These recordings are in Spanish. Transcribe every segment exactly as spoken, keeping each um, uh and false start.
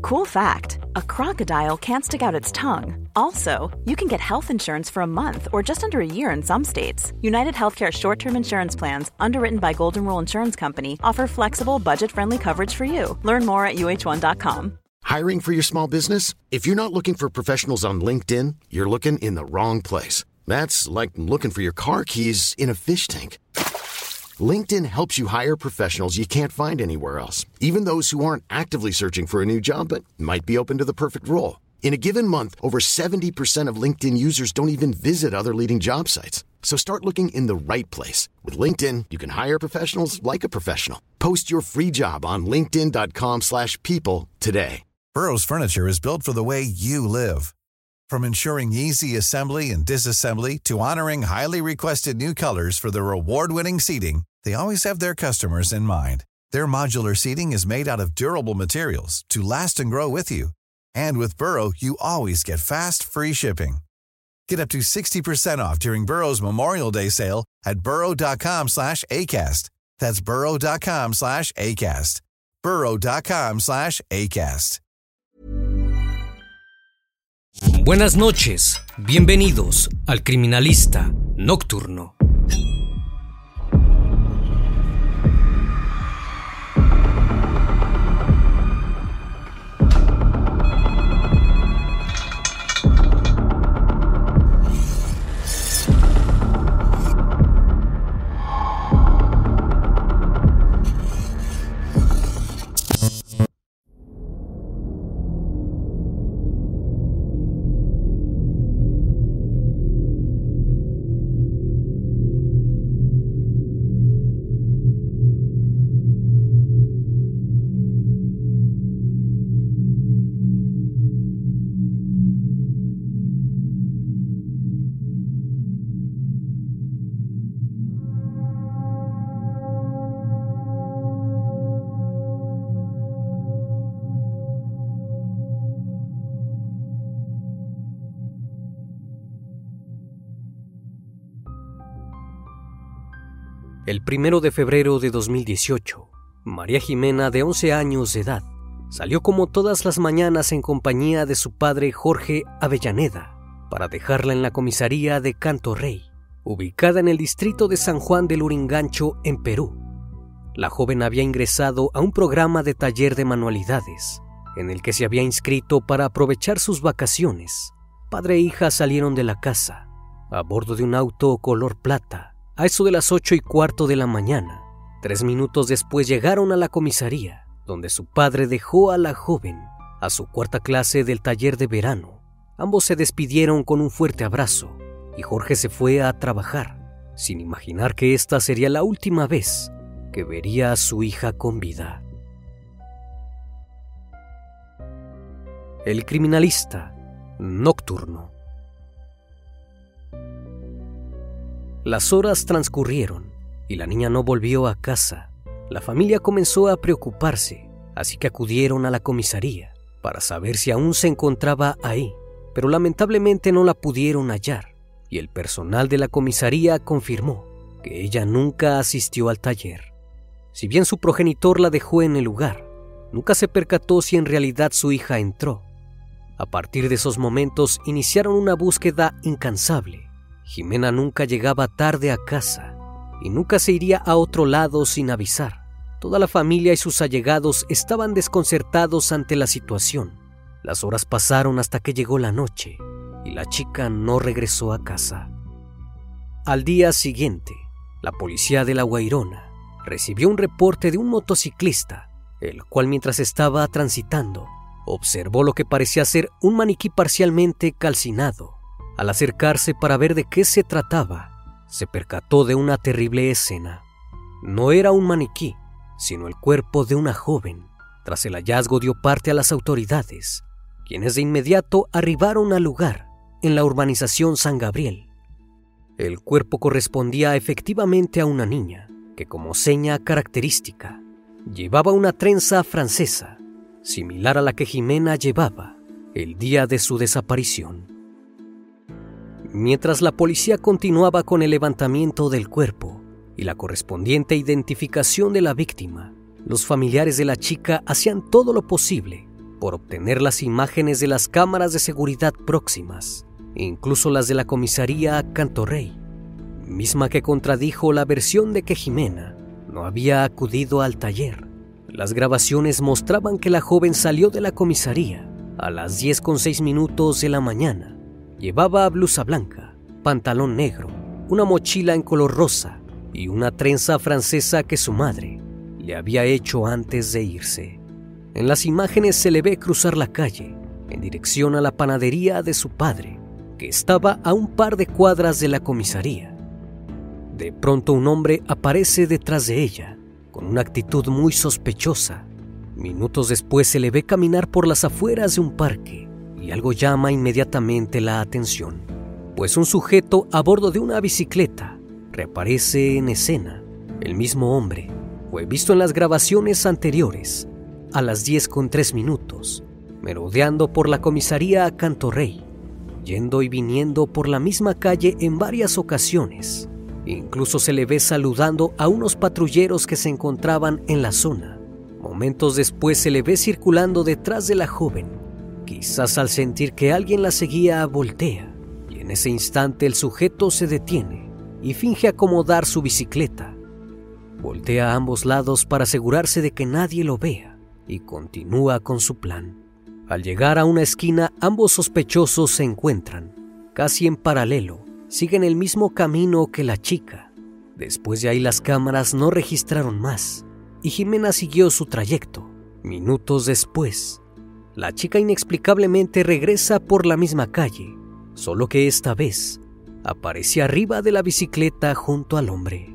Cool fact, a crocodile can't stick out its tongue. Also, you can get health insurance for a month or just under a year in some states. United Healthcare short-term insurance plans, underwritten by Golden Rule Insurance Company, offer flexible, budget-friendly coverage for you. Learn more at U H one dot com. Hiring for your small business? If you're not looking for professionals on LinkedIn, you're looking in the wrong place. That's like looking for your car keys in a fish tank. LinkedIn helps you hire professionals you can't find anywhere else, even those who aren't actively searching for a new job but might be open to the perfect role. In a given month, over seventy percent of LinkedIn users don't even visit other leading job sites. So start looking in the right place. With LinkedIn, you can hire professionals like a professional. Post your free job on linkedin dot com slash people today. Burrow's furniture is built for the way you live. From ensuring easy assembly and disassembly to honoring highly requested new colors for their award-winning seating, they always have their customers in mind. Their modular seating is made out of durable materials to last and grow with you. And with Burrow, you always get fast, free shipping. Get up to sixty percent off during Burrow's Memorial Day sale at burrow dot com slash ACAST. That's burrow dot com slash ACAST. burrow dot com slash ACAST. Buenas noches, bienvenidos al Criminalista Nocturno. El primero de febrero de dos mil dieciocho, María Jimena, de once años de edad, salió como todas las mañanas en compañía de su padre Jorge Avellaneda para dejarla en la comisaría de Canto Rey, ubicada en el distrito de San Juan del Urigancho, en Perú. La joven había ingresado a un programa de taller de manualidades, en el que se había inscrito para aprovechar sus vacaciones. Padre e hija salieron de la casa, a bordo de un auto color plata, a eso de las ocho y cuarto de la mañana. Tres minutos después llegaron a la comisaría, donde su padre dejó a la joven a su cuarta clase del taller de verano. Ambos se despidieron con un fuerte abrazo y Jorge se fue a trabajar, sin imaginar que esta sería la última vez que vería a su hija con vida. El Criminalista Nocturno. Las horas transcurrieron y la niña no volvió a casa. La familia comenzó a preocuparse, así que acudieron a la comisaría para saber si aún se encontraba ahí, pero lamentablemente no la pudieron hallar, y el personal de la comisaría confirmó que ella nunca asistió al taller. Si bien su progenitor la dejó en el lugar, nunca se percató si en realidad su hija entró. A partir de esos momentos iniciaron una búsqueda incansable. Jimena nunca llegaba tarde a casa y nunca se iría a otro lado sin avisar. Toda la familia y sus allegados estaban desconcertados ante la situación. Las horas pasaron hasta que llegó la noche y la chica no regresó a casa. Al día siguiente, la policía de La Guairona recibió un reporte de un motociclista, el cual, mientras estaba transitando, observó lo que parecía ser un maniquí parcialmente calcinado. Al acercarse para ver de qué se trataba, se percató de una terrible escena. No era un maniquí, sino el cuerpo de una joven. Tras el hallazgo dio parte a las autoridades, quienes de inmediato arribaron al lugar, en la urbanización San Gabriel. El cuerpo correspondía efectivamente a una niña, que como seña característica, llevaba una trenza francesa, similar a la que Jimena llevaba el día de su desaparición. Mientras la policía continuaba con el levantamiento del cuerpo y la correspondiente identificación de la víctima, los familiares de la chica hacían todo lo posible por obtener las imágenes de las cámaras de seguridad próximas, incluso las de la comisaría Cantorrey, misma que contradijo la versión de que Jimena no había acudido al taller. Las grabaciones mostraban que la joven salió de la comisaría a las diez con seis minutos de la mañana. Llevaba blusa blanca, pantalón negro, una mochila en color rosa y una trenza francesa que su madre le había hecho antes de irse. En las imágenes se le ve cruzar la calle en dirección a la panadería de su padre, que estaba a un par de cuadras de la comisaría. De pronto un hombre aparece detrás de ella con una actitud muy sospechosa. Minutos después se le ve caminar por las afueras de un parque y algo llama inmediatamente la atención, pues un sujeto a bordo de una bicicleta reaparece en escena. El mismo hombre fue visto en las grabaciones anteriores a las diez con tres minutos, merodeando por la comisaría Cantorrey, yendo y viniendo por la misma calle en varias ocasiones. Incluso se le ve saludando a unos patrulleros que se encontraban en la zona. Momentos después se le ve circulando detrás de la joven. Quizás al sentir que alguien la seguía, voltea, y en ese instante el sujeto se detiene y finge acomodar su bicicleta. Voltea a ambos lados para asegurarse de que nadie lo vea y continúa con su plan. Al llegar a una esquina, ambos sospechosos se encuentran casi en paralelo. Siguen el mismo camino que la chica. Después de ahí las cámaras no registraron más y Jimena siguió su trayecto. Minutos después, la chica inexplicablemente regresa por la misma calle, solo que esta vez aparece arriba de la bicicleta junto al hombre.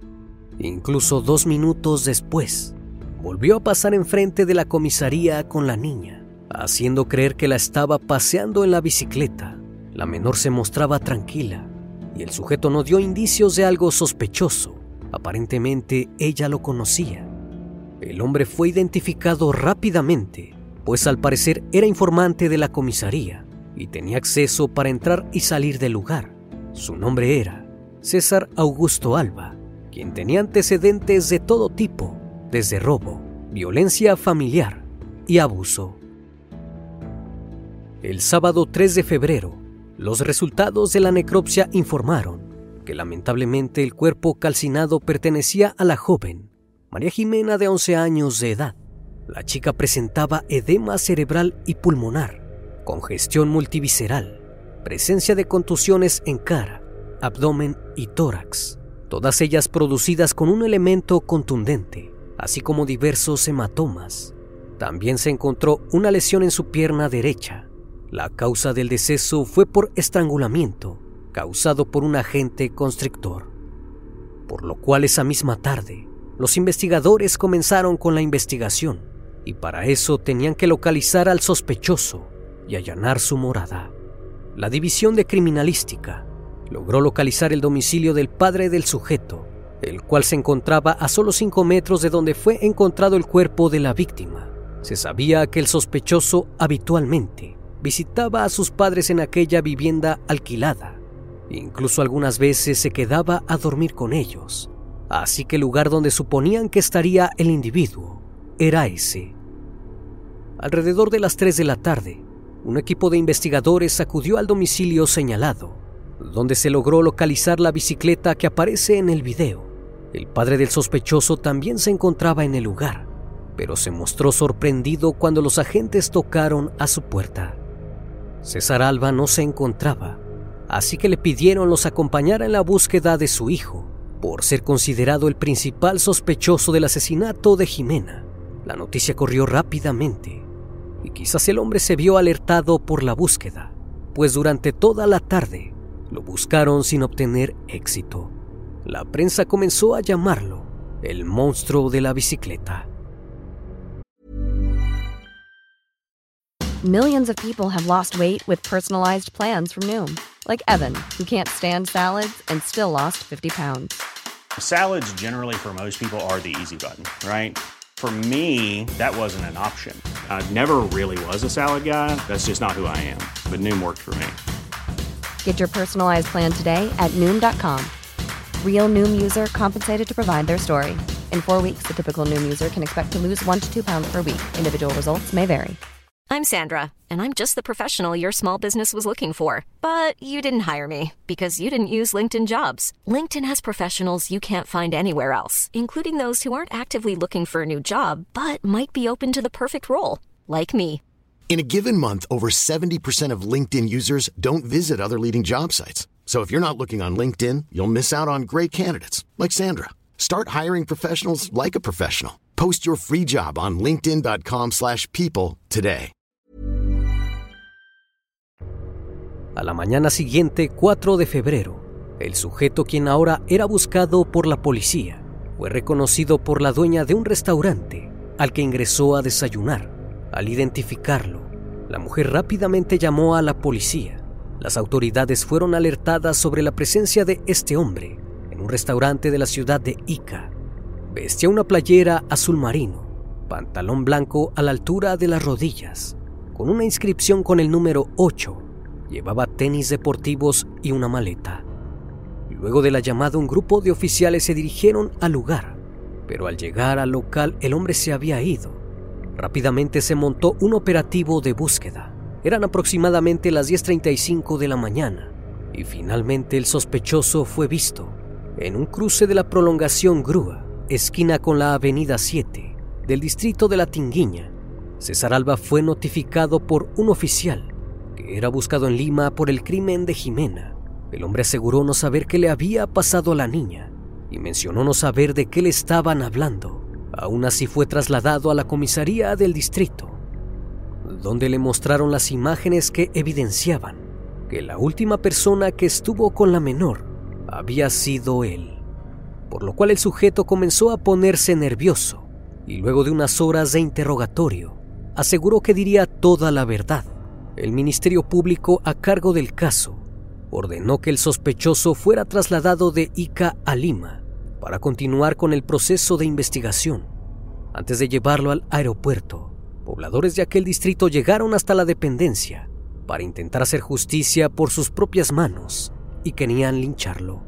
Incluso dos minutos después, volvió a pasar enfrente de la comisaría con la niña, haciendo creer que la estaba paseando en la bicicleta. La menor se mostraba tranquila y el sujeto no dio indicios de algo sospechoso. Aparentemente ella lo conocía. El hombre fue identificado rápidamente, pues al parecer era informante de la comisaría y tenía acceso para entrar y salir del lugar. Su nombre era César Augusto Alba, quien tenía antecedentes de todo tipo, desde robo, violencia familiar y abuso. El sábado tres de febrero, los resultados de la necropsia informaron que lamentablemente el cuerpo calcinado pertenecía a la joven María Jimena, de once años de edad. La chica presentaba edema cerebral y pulmonar, congestión multivisceral, presencia de contusiones en cara, abdomen y tórax, todas ellas producidas con un elemento contundente, así como diversos hematomas. También se encontró una lesión en su pierna derecha. La causa del deceso fue por estrangulamiento, causado por un agente constrictor. Por lo cual esa misma tarde, los investigadores comenzaron con la investigación, y para eso tenían que localizar al sospechoso y allanar su morada. La División de Criminalística logró localizar el domicilio del padre del sujeto, el cual se encontraba a solo cinco metros de donde fue encontrado el cuerpo de la víctima. Se sabía que el sospechoso habitualmente visitaba a sus padres en aquella vivienda alquilada. Incluso algunas veces se quedaba a dormir con ellos. Así que el lugar donde suponían que estaría el individuo era ese. Alrededor de las tres de la tarde, un equipo de investigadores acudió al domicilio señalado, donde se logró localizar la bicicleta que aparece en el video. El padre del sospechoso también se encontraba en el lugar, pero se mostró sorprendido cuando los agentes tocaron a su puerta. César Alba no se encontraba, así que le pidieron los acompañara en la búsqueda de su hijo, por ser considerado el principal sospechoso del asesinato de Jimena. La noticia corrió rápidamente, y quizás el hombre se vio alertado por la búsqueda, pues durante toda la tarde lo buscaron sin obtener éxito. La prensa comenzó a llamarlo el monstruo de la bicicleta. Millions of people have lost weight with personalized plans from Noom, like Evan, who can't stand salads and still lost fifty pounds. Salads generally for most people are the easy button, right? For me, that wasn't an option. I never really was a salad guy. That's just not who I am. But Noom worked for me. Get your personalized plan today at Noom dot com. Real Noom user compensated to provide their story. In four weeks, the typical Noom user can expect to lose one to two pounds per week. Individual results may vary. I'm Sandra, and I'm just the professional your small business was looking for. But you didn't hire me because you didn't use LinkedIn Jobs. LinkedIn has professionals you can't find anywhere else, including those who aren't actively looking for a new job, but might be open to the perfect role, like me. In a given month, over seventy percent of LinkedIn users don't visit other leading job sites. So if you're not looking on LinkedIn, you'll miss out on great candidates like Sandra. Start hiring professionals like a professional. Post your free job on linkedin dot com slash people today. A la mañana siguiente, cuatro de febrero, el sujeto, quien ahora era buscado por la policía, fue reconocido por la dueña de un restaurante al que ingresó a desayunar. Al identificarlo, la mujer rápidamente llamó a la policía. Las autoridades fueron alertadas sobre la presencia de este hombre en un restaurante de la ciudad de Ica. Vestía una playera azul marino, pantalón blanco a la altura de las rodillas, con una inscripción con el número ocho. Llevaba tenis deportivos y una maleta. Luego de la llamada, un grupo de oficiales se dirigieron al lugar, pero al llegar al local el hombre se había ido. Rápidamente se montó un operativo de búsqueda. Eran aproximadamente las diez treinta y cinco de la mañana y finalmente el sospechoso fue visto en un cruce de la prolongación Grúa, esquina con la avenida siete del distrito de La Tinguiña. César Alba fue notificado por un oficial que era buscado en Lima por el crimen de Jimena. El hombre aseguró no saber qué le había pasado a la niña y mencionó no saber de qué le estaban hablando. Aún así fue trasladado a la comisaría del distrito, donde le mostraron las imágenes que evidenciaban que la última persona que estuvo con la menor había sido él, por lo cual el sujeto comenzó a ponerse nervioso y luego de unas horas de interrogatorio aseguró que diría toda la verdad. El Ministerio Público, a cargo del caso, ordenó que el sospechoso fuera trasladado de Ica a Lima para continuar con el proceso de investigación. Antes de llevarlo al aeropuerto, pobladores de aquel distrito llegaron hasta la dependencia para intentar hacer justicia por sus propias manos y querían lincharlo.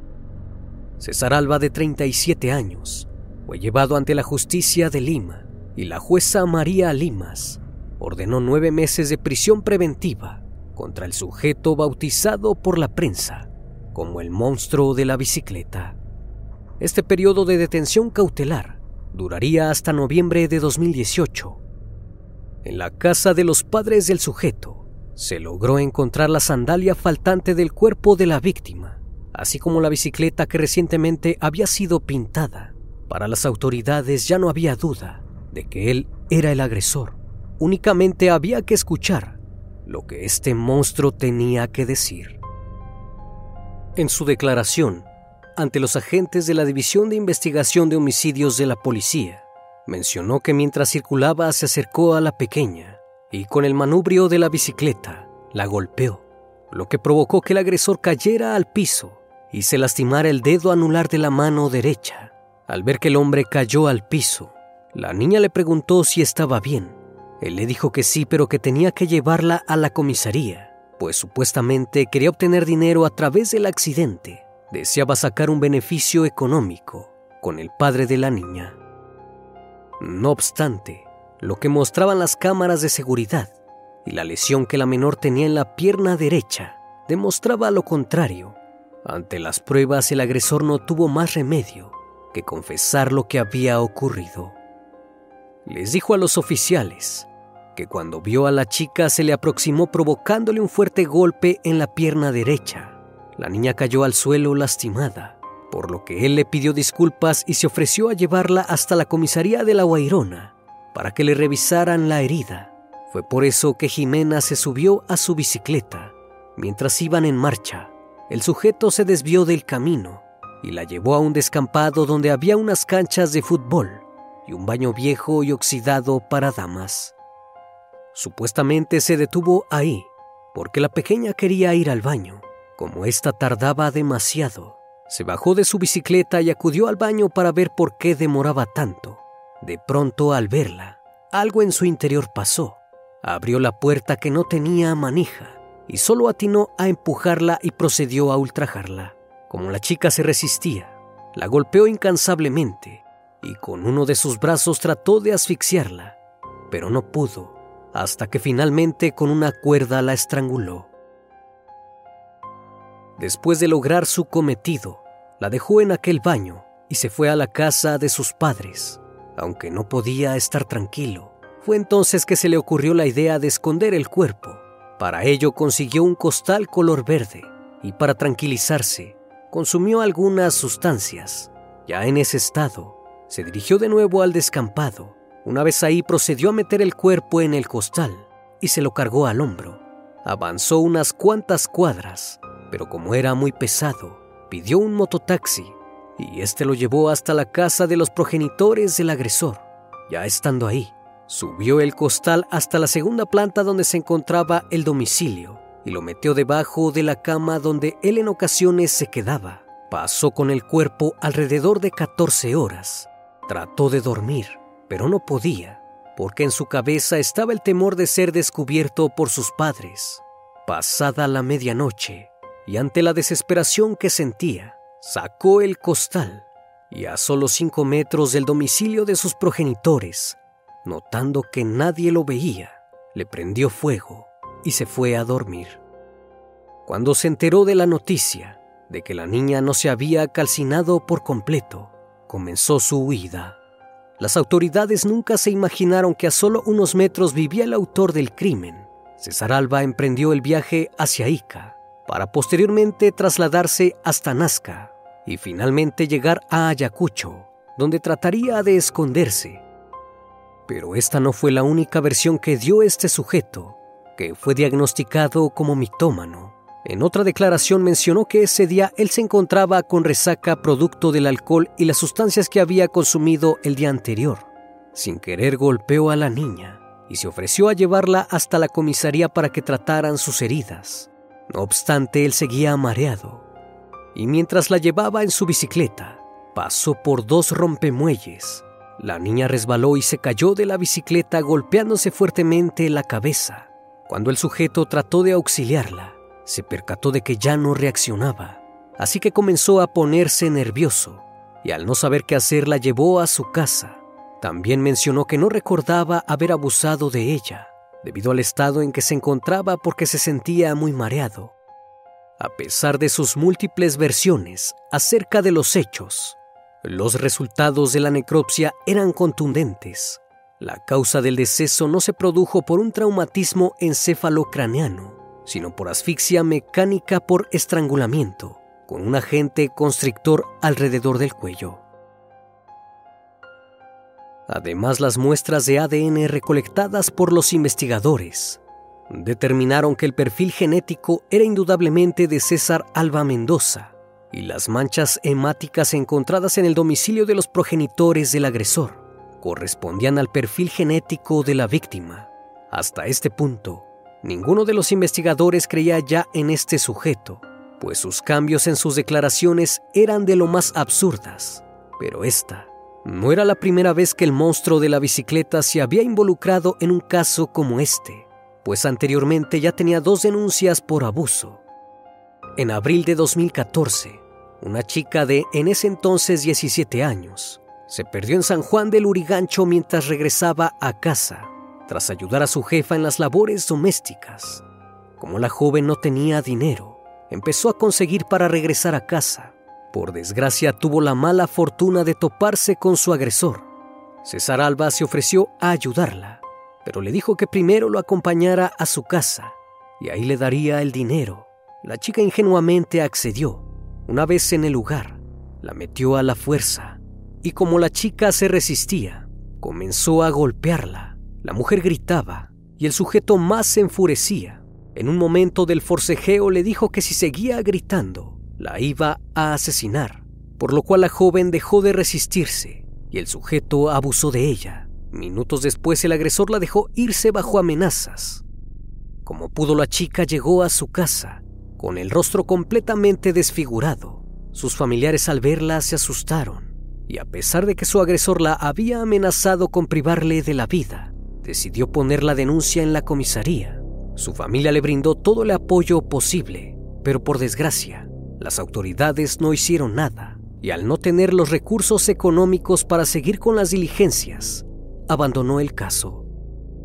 César Alba, de treinta y siete años, fue llevado ante la justicia de Lima y la jueza María Limas ordenó nueve meses de prisión preventiva contra el sujeto bautizado por la prensa como el monstruo de la bicicleta. Este periodo de detención cautelar duraría hasta noviembre de dos mil dieciocho. En la casa de los padres del sujeto se logró encontrar la sandalia faltante del cuerpo de la víctima, así como la bicicleta que recientemente había sido pintada. Para las autoridades ya no había duda de que él era el agresor. Únicamente había que escuchar lo que este monstruo tenía que decir. En su declaración ante los agentes de la División de Investigación de Homicidios de la policía, mencionó que mientras circulaba se acercó a la pequeña y con el manubrio de la bicicleta la golpeó, lo que provocó que el agresor cayera al piso y se lastimara el dedo anular de la mano derecha. Al ver que el hombre cayó al piso, la niña le preguntó si estaba bien. Él le dijo que sí, pero que tenía que llevarla a la comisaría, pues supuestamente quería obtener dinero a través del accidente. Deseaba sacar un beneficio económico con el padre de la niña. No obstante, lo que mostraban las cámaras de seguridad y la lesión que la menor tenía en la pierna derecha demostraba lo contrario. Ante las pruebas, el agresor no tuvo más remedio que confesar lo que había ocurrido. Les dijo a los oficiales que cuando vio a la chica se le aproximó provocándole un fuerte golpe en la pierna derecha. La niña cayó al suelo lastimada, por lo que él le pidió disculpas y se ofreció a llevarla hasta la comisaría de La Guairona para que le revisaran la herida. Fue por eso que Jimena se subió a su bicicleta. Mientras iban en marcha, el sujeto se desvió del camino y la llevó a un descampado donde había unas canchas de fútbol y un baño viejo y oxidado para damas. Supuestamente se detuvo ahí porque la pequeña quería ir al baño. Como ésta tardaba demasiado, se bajó de su bicicleta y acudió al baño para ver por qué demoraba tanto. De pronto, al verla, algo en su interior pasó. Abrió la puerta, que no tenía manija, y solo atinó a empujarla y procedió a ultrajarla. Como la chica se resistía, la golpeó incansablemente y con uno de sus brazos trató de asfixiarla, pero no pudo. hasta que finalmente con una cuerda la estranguló. Después de lograr su cometido, la dejó en aquel baño y se fue a la casa de sus padres. Aunque no podía estar tranquilo, fue entonces que se le ocurrió la idea de esconder el cuerpo. Para ello consiguió un costal color verde y para tranquilizarse, consumió algunas sustancias. Ya en ese estado, se dirigió de nuevo al descampado. Una vez ahí procedió a meter el cuerpo en el costal y se lo cargó al hombro. Avanzó unas cuantas cuadras, pero como era muy pesado, pidió un mototaxi y este lo llevó hasta la casa de los progenitores del agresor. Ya estando ahí, subió el costal hasta la segunda planta donde se encontraba el domicilio y lo metió debajo de la cama donde él en ocasiones se quedaba. Pasó con el cuerpo alrededor de catorce horas. Trató de dormir, pero no podía, porque en su cabeza estaba el temor de ser descubierto por sus padres. Pasada la medianoche, y ante la desesperación que sentía, sacó el costal y a solo cinco metros del domicilio de sus progenitores, notando que nadie lo veía, le prendió fuego y se fue a dormir. Cuando se enteró de la noticia de que la niña no se había calcinado por completo, comenzó su huida. Las autoridades nunca se imaginaron que a solo unos metros vivía el autor del crimen. César Alba emprendió el viaje hacia Ica para posteriormente trasladarse hasta Nazca y finalmente llegar a Ayacucho, donde trataría de esconderse. Pero esta no fue la única versión que dio este sujeto, que fue diagnosticado como mitómano. En otra declaración mencionó que ese día él se encontraba con resaca producto del alcohol y las sustancias que había consumido el día anterior. Sin querer golpeó a la niña y se ofreció a llevarla hasta la comisaría para que trataran sus heridas. No obstante, él seguía mareado y mientras la llevaba en su bicicleta, pasó por dos rompemuelles. La niña resbaló y se cayó de la bicicleta golpeándose fuertemente la cabeza. Cuando el sujeto trató de auxiliarla, se percató de que ya no reaccionaba, así que comenzó a ponerse nervioso y al no saber qué hacer la llevó a su casa. También mencionó que no recordaba haber abusado de ella, debido al estado en que se encontraba porque se sentía muy mareado. A pesar de sus múltiples versiones acerca de los hechos, los resultados de la necropsia eran contundentes. La causa del deceso no se produjo por un traumatismo encefalocraneano, sino por asfixia mecánica por estrangulamiento, con un agente constrictor alrededor del cuello. Además, las muestras de A D N recolectadas por los investigadores determinaron que el perfil genético era indudablemente de César Alba Mendoza, y las manchas hemáticas encontradas en el domicilio de los progenitores del agresor correspondían al perfil genético de la víctima. Hasta este punto, ninguno de los investigadores creía ya en este sujeto, pues sus cambios en sus declaraciones eran de lo más absurdas. Pero esta no era la primera vez que el monstruo de la bicicleta se había involucrado en un caso como este, pues anteriormente ya tenía dos denuncias por abuso. En abril de dos mil catorce, una chica de en ese entonces diecisiete años se perdió en San Juan del Lurigancho mientras regresaba a casa, tras ayudar a su jefa en las labores domésticas. Como la joven no tenía dinero, empezó a conseguir para regresar a casa. Por desgracia, tuvo la mala fortuna de toparse con su agresor. César Alba se ofreció a ayudarla, pero le dijo que primero lo acompañara a su casa y ahí le daría el dinero. La chica ingenuamente accedió. Una vez en el lugar, la metió a la fuerza y como la chica se resistía, comenzó a golpearla. La mujer gritaba y el sujeto más se enfurecía. En un momento del forcejeo le dijo que si seguía gritando, la iba a asesinar, por lo cual la joven dejó de resistirse y el sujeto abusó de ella. Minutos después, el agresor la dejó irse bajo amenazas. Como pudo, la chica llegó a su casa con el rostro completamente desfigurado. Sus familiares al verla se asustaron y a pesar de que su agresor la había amenazado con privarle de la vida, decidió poner la denuncia en la comisaría. Su familia le brindó todo el apoyo posible, pero por desgracia, las autoridades no hicieron nada y al no tener los recursos económicos para seguir con las diligencias, abandonó el caso.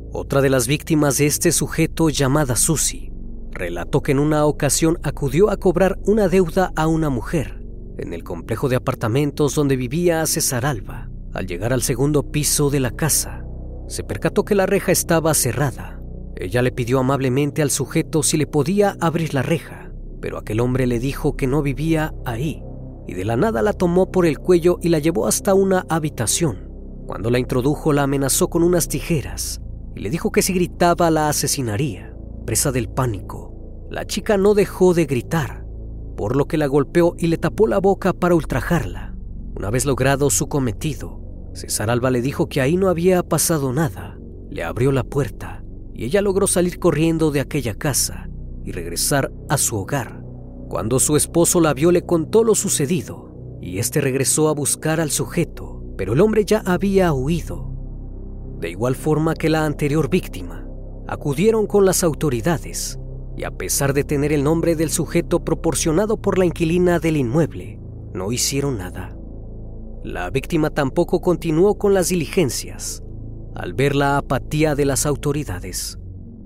Otra de las víctimas de este sujeto, llamada Susie, relató que en una ocasión acudió a cobrar una deuda a una mujer en el complejo de apartamentos donde vivía César Alba. Al llegar al segundo piso de la casa, se percató que la reja estaba cerrada. Ella le pidió amablemente al sujeto si le podía abrir la reja, pero aquel hombre le dijo que no vivía ahí, y de la nada la tomó por el cuello y la llevó hasta una habitación. Cuando la introdujo, la amenazó con unas tijeras y le dijo que si gritaba la asesinaría. Presa del pánico, la chica no dejó de gritar, por lo que la golpeó y le tapó la boca para ultrajarla. Una vez logrado su cometido, César Alba le dijo que ahí no había pasado nada. Le abrió la puerta y ella logró salir corriendo de aquella casa y regresar a su hogar. Cuando su esposo la vio, le contó lo sucedido y este regresó a buscar al sujeto, pero el hombre ya había huido. De igual forma que la anterior víctima, acudieron con las autoridades y a pesar de tener el nombre del sujeto proporcionado por la inquilina del inmueble, no hicieron nada. La víctima tampoco continuó con las diligencias al ver la apatía de las autoridades.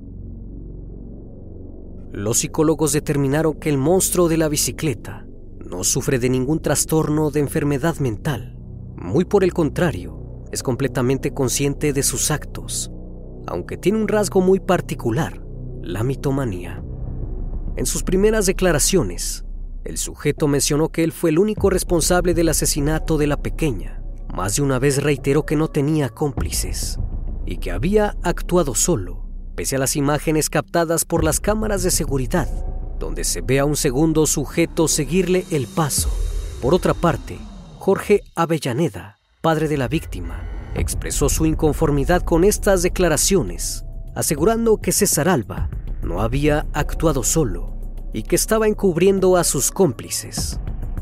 Los psicólogos determinaron que el monstruo de la bicicleta no sufre de ningún trastorno de enfermedad mental. Muy por el contrario, es completamente consciente de sus actos, aunque tiene un rasgo muy particular, la mitomanía. En sus primeras declaraciones, el sujeto mencionó que él fue el único responsable del asesinato de la pequeña. Más de una vez reiteró que no tenía cómplices y que había actuado solo, pese a las imágenes captadas por las cámaras de seguridad, donde se ve a un segundo sujeto seguirle el paso. Por otra parte, Jorge Avellaneda, padre de la víctima, expresó su inconformidad con estas declaraciones, asegurando que César Alba no había actuado solo y que estaba encubriendo a sus cómplices.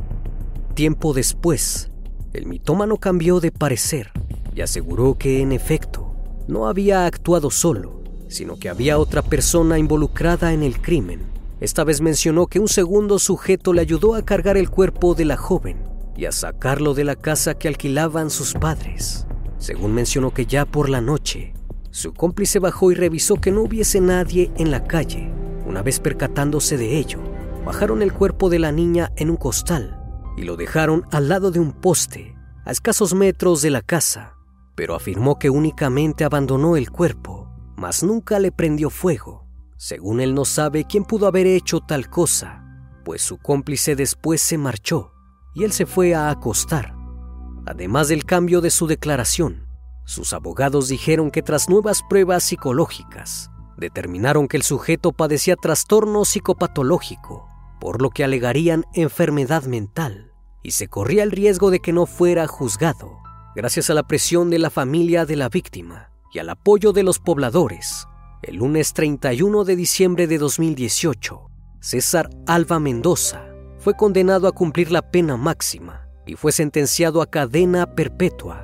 Tiempo después, el mitómano cambió de parecer y aseguró que, en efecto, no había actuado solo, sino que había otra persona involucrada en el crimen. Esta vez mencionó que un segundo sujeto le ayudó a cargar el cuerpo de la joven y a sacarlo de la casa que alquilaban sus padres. Según mencionó que ya por la noche, su cómplice bajó y revisó que no hubiese nadie en la calle. Una vez percatándose de ello, bajaron el cuerpo de la niña en un costal y lo dejaron al lado de un poste, a escasos metros de la casa, pero afirmó que únicamente abandonó el cuerpo, mas nunca le prendió fuego. Según él, no sabe quién pudo haber hecho tal cosa, pues su cómplice después se marchó y él se fue a acostar. Además del cambio de su declaración, sus abogados dijeron que tras nuevas pruebas psicológicas, determinaron que el sujeto padecía trastorno psicopatológico, por lo que alegarían enfermedad mental, y se corría el riesgo de que no fuera juzgado. Gracias a la presión de la familia de la víctima y al apoyo de los pobladores, el lunes treinta y uno de diciembre de dos mil dieciocho, César Alba Mendoza fue condenado a cumplir la pena máxima y fue sentenciado a cadena perpetua.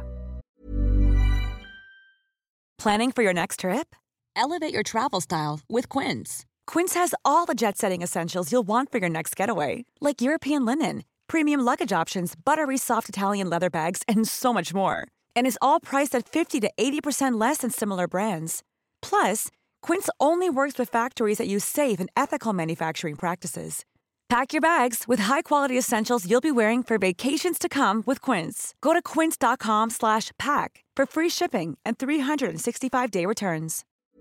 Planning for your next trip? Elevate your travel style with Quince. Quince has all the jet-setting essentials you'll want for your next getaway, like European linen, premium luggage options, buttery soft Italian leather bags, and so much more. And is all priced at fifty to eighty percent less than similar brands. Plus, Quince only works with factories that use safe and ethical manufacturing practices. Pack your bags with high-quality essentials you'll be wearing for vacations to come with Quince. Go to quince.com slash pack for free shipping and three sixty-five day returns.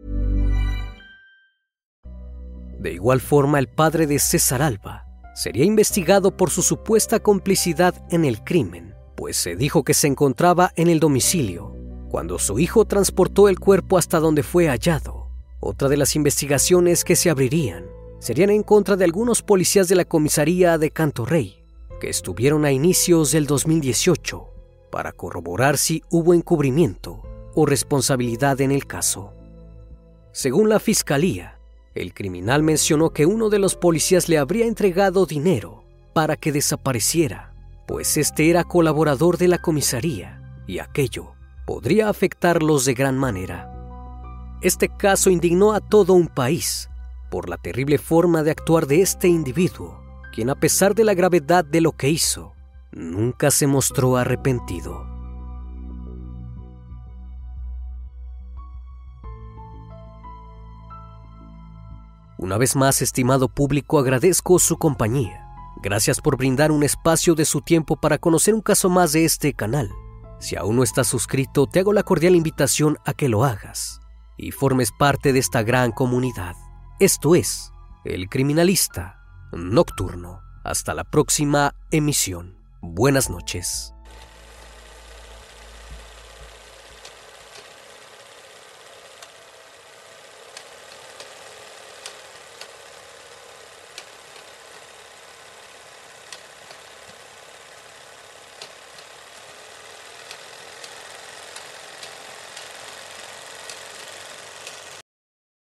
De igual forma, el padre de César Alba sería investigado por su supuesta complicidad en el crimen, pues se dijo que se encontraba en el domicilio cuando su hijo transportó el cuerpo hasta donde fue hallado. Otra de las investigaciones que se abrirían serían en contra de algunos policías de la comisaría de Cantorrey, que estuvieron a inicios del dos mil dieciocho para corroborar si hubo encubrimiento o responsabilidad en el caso. Según la fiscalía, el criminal mencionó que uno de los policías le habría entregado dinero para que desapareciera, pues este era colaborador de la comisaría y aquello podría afectarlos de gran manera. Este caso indignó a todo un país por la terrible forma de actuar de este individuo, quien, a pesar de la gravedad de lo que hizo, nunca se mostró arrepentido. Una vez más, estimado público, agradezco su compañía. Gracias por brindar un espacio de su tiempo para conocer un caso más de este canal. Si aún no estás suscrito, te hago la cordial invitación a que lo hagas y formes parte de esta gran comunidad. Esto es El Criminalista Nocturno. Hasta la próxima emisión. Buenas noches.